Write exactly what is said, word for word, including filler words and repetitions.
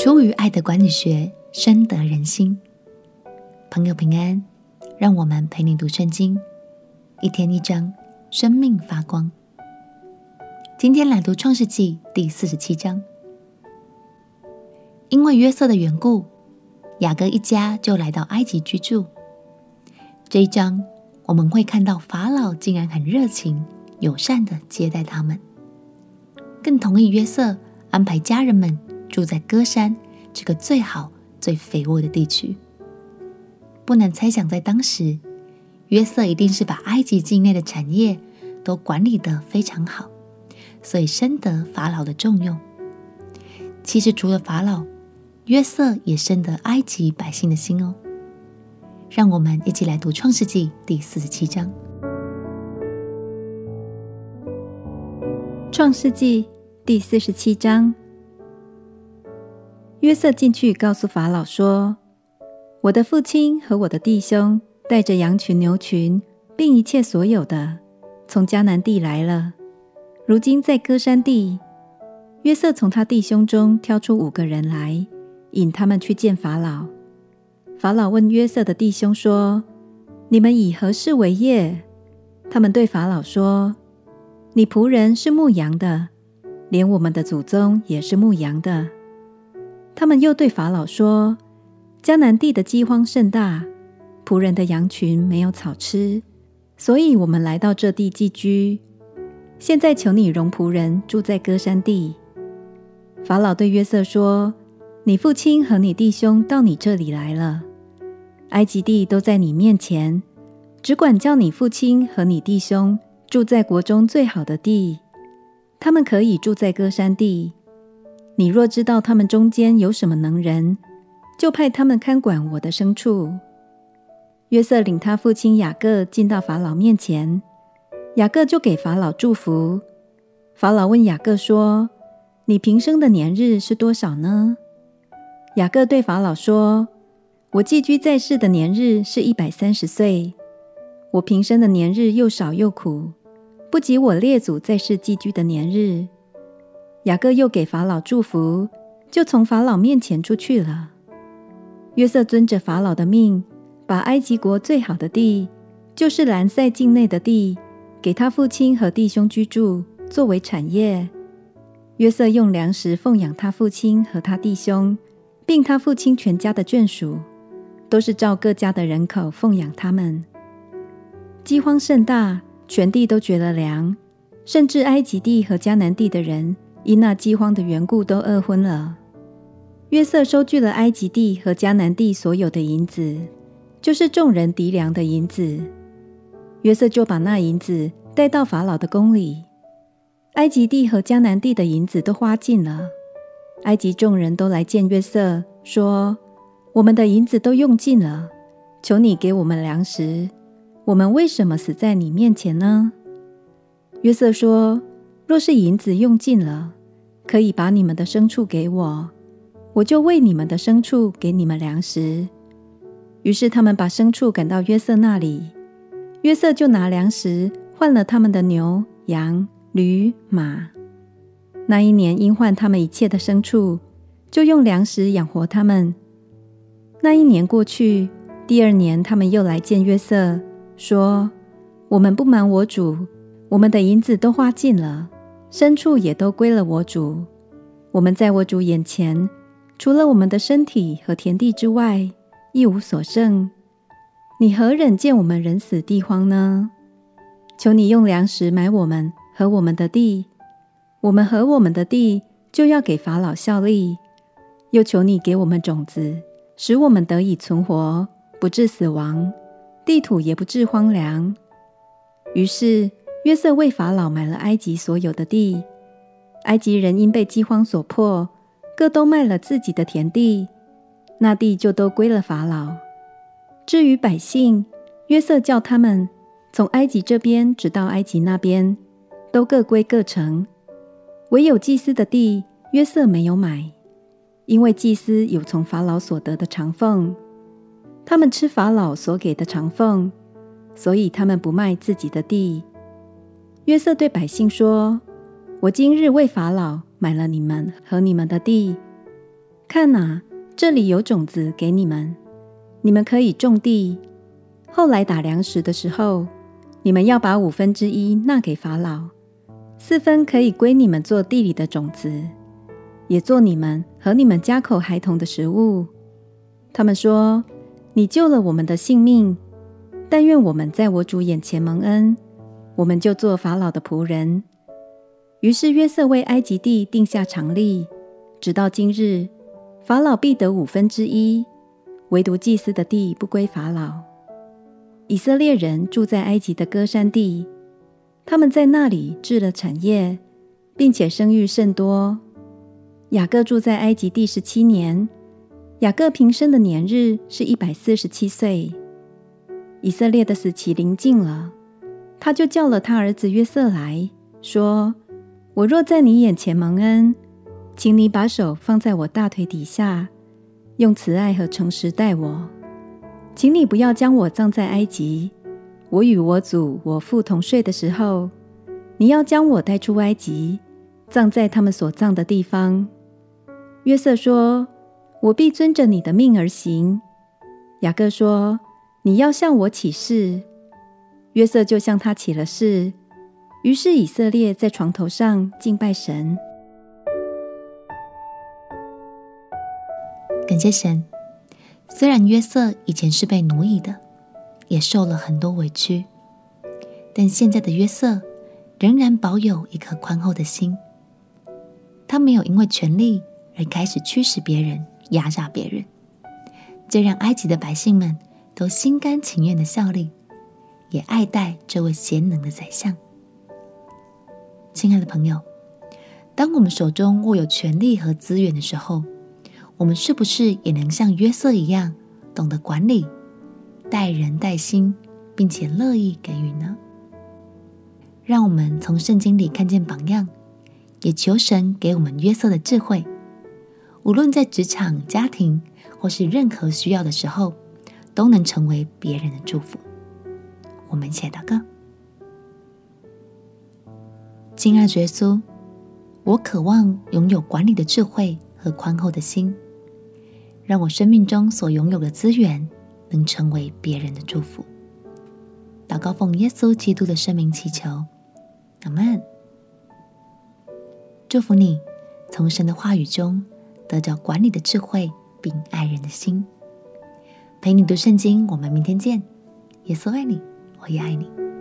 出于爱的管理学，深得人心。朋友平安，让我们陪你读圣经，一天一章，生命发光。今天来读创世纪第四十七章。因为约瑟的缘故，雅各一家就来到埃及居住。这一章我们会看到法老竟然很热情友善地接待他们，更同意约瑟安排家人们住在歌珊这个最好最肥沃的地区。不难猜想，在当时约瑟一定是把埃及境内的产业都管理得非常好，所以深得法老的重用。其实除了法老，约瑟也深得埃及百姓的心哦。让我们一起来读创世纪第四十七章。 创世纪第四十七章。约瑟进去告诉法老说，我的父亲和我的弟兄带着羊群牛群并一切所有的从迦南地来了，如今在歌珊地。约瑟从他弟兄中挑出五个人来，引他们去见法老。法老问约瑟的弟兄说，你们以何事为业？他们对法老说，你仆人是牧羊的，连我们的祖宗也是牧羊的。他们又对法老说，迦南地的饥荒甚大，仆人的羊群没有草吃，所以我们来到这地寄居。现在求你容仆人住在歌珊地。法老对约瑟说，你父亲和你弟兄到你这里来了，埃及地都在你面前，只管叫你父亲和你弟兄住在国中最好的地，他们可以住在歌珊地。你若知道他们中间有什么能人，就派他们看管我的牲畜。约瑟领他父亲雅各进到法老面前，雅各就给法老祝福。法老问雅各说，你平生的年日是多少呢？雅各对法老说，我寄居在世的年日是一百三十岁，我平生的年日又少又苦，不及我列祖在世寄居的年日。雅各又给法老祝福，就从法老面前出去了。约瑟遵着法老的命，把埃及国最好的地，就是兰塞境内的地，给他父亲和弟兄居住，作为产业。约瑟用粮食奉养他父亲和他弟兄，并他父亲全家的眷属，都是照各家的人口奉养他们。饥荒甚大，全地都绝了粮，甚至埃及地和迦南地的人因那饥荒的缘故都饿昏了。约瑟收据了埃及地和迦南地所有的银子，就是众人籴粮的银子。约瑟就把那银子带到法老的宫里。埃及地和迦南地的银子都花尽了。埃及众人都来见约瑟，说，我们的银子都用尽了，求你给我们粮食，我们为什么死在你面前呢？约瑟说，若是银子用尽了，可以把你们的牲畜给我，我就为你们的牲畜给你们粮食。于是他们把牲畜赶到约瑟那里，约瑟就拿粮食换了他们的牛、羊、驴、马。那一年因换他们一切的牲畜，就用粮食养活他们。那一年过去，第二年他们又来见约瑟，说，我们不瞒我主，我们的银子都花尽了，牲畜也都归了我主。我们在我主眼前，除了我们的身体和田地之外，一无所剩。你何忍见我们人死地荒呢？求你用粮食买我们和我们的地，我们和我们的地就要给法老效力。又求你给我们种子，使我们得以存活，不致死亡，地土也不致荒凉。于是约瑟为法老买了埃及所有的地。埃及人因被饥荒所迫，各都卖了自己的田地，那地就都归了法老。至于百姓，约瑟叫他们从埃及这边直到埃及那边，都各归各城。唯有祭司的地，约瑟没有买，因为祭司有从法老所得的长俸，他们吃法老所给的长俸，所以他们不卖自己的地。约瑟对百姓说，我今日为法老买了你们和你们的地， 看哪，这里有种子给你们，你们可以种地。后来打粮食的时候，你们要把五分之一纳给法老，四分可以归你们做地里的种子，也做你们和你们家口孩童的食物。他们说，你救了我们的性命，但愿我们在我主眼前蒙恩，我们就做法老的仆人。于是约瑟为埃及地定下常例，直到今日，法老必得五分之一，唯独祭司的地不归法老。以色列人住在埃及的歌珊地，他们在那里置了产业，并且生育甚多。雅各住在埃及第十七年，雅各平生的年日是一百四十七岁。以色列的死期临近了，他就叫了他儿子约瑟来说，我若在你眼前蒙恩，请你把手放在我大腿底下，用慈爱和诚实待我。请你不要将我葬在埃及，我与我祖我父同睡的时候，你要将我带出埃及，葬在他们所葬的地方。约瑟说，我必遵着你的命而行。雅各说，你要向我起誓。约瑟就向他起了誓。于是以色列在床头上敬拜神。 感谢神，虽然约瑟以前是被奴役的，也受了很多委屈，但现在的约瑟仍然保有一颗宽厚的心。他没有因为权力而开始驱使别人、压榨别人，这让埃及的百姓们都心甘情愿的效力，也爱戴这位贤能的宰相。亲爱的朋友，当我们手中握有权力和资源的时候，我们是不是也能像约瑟一样，懂得管理、待人待心，并且乐意给予呢？让我们从圣经里看见榜样，也求神给我们约瑟的智慧，无论在职场、家庭或是任何需要的时候，都能成为别人的祝福。我们一起来祷告。亲爱的主耶稣，我渴望拥有管理的智慧和宽厚的心，让我生命中所拥有的资源能成为别人的祝福。祷告奉耶稣基督的圣名祈求，阿们。祝福你从神的话语中得着管理的智慧，并爱人的心。陪你读圣经，我们明天见。耶稣爱你，我也爱你。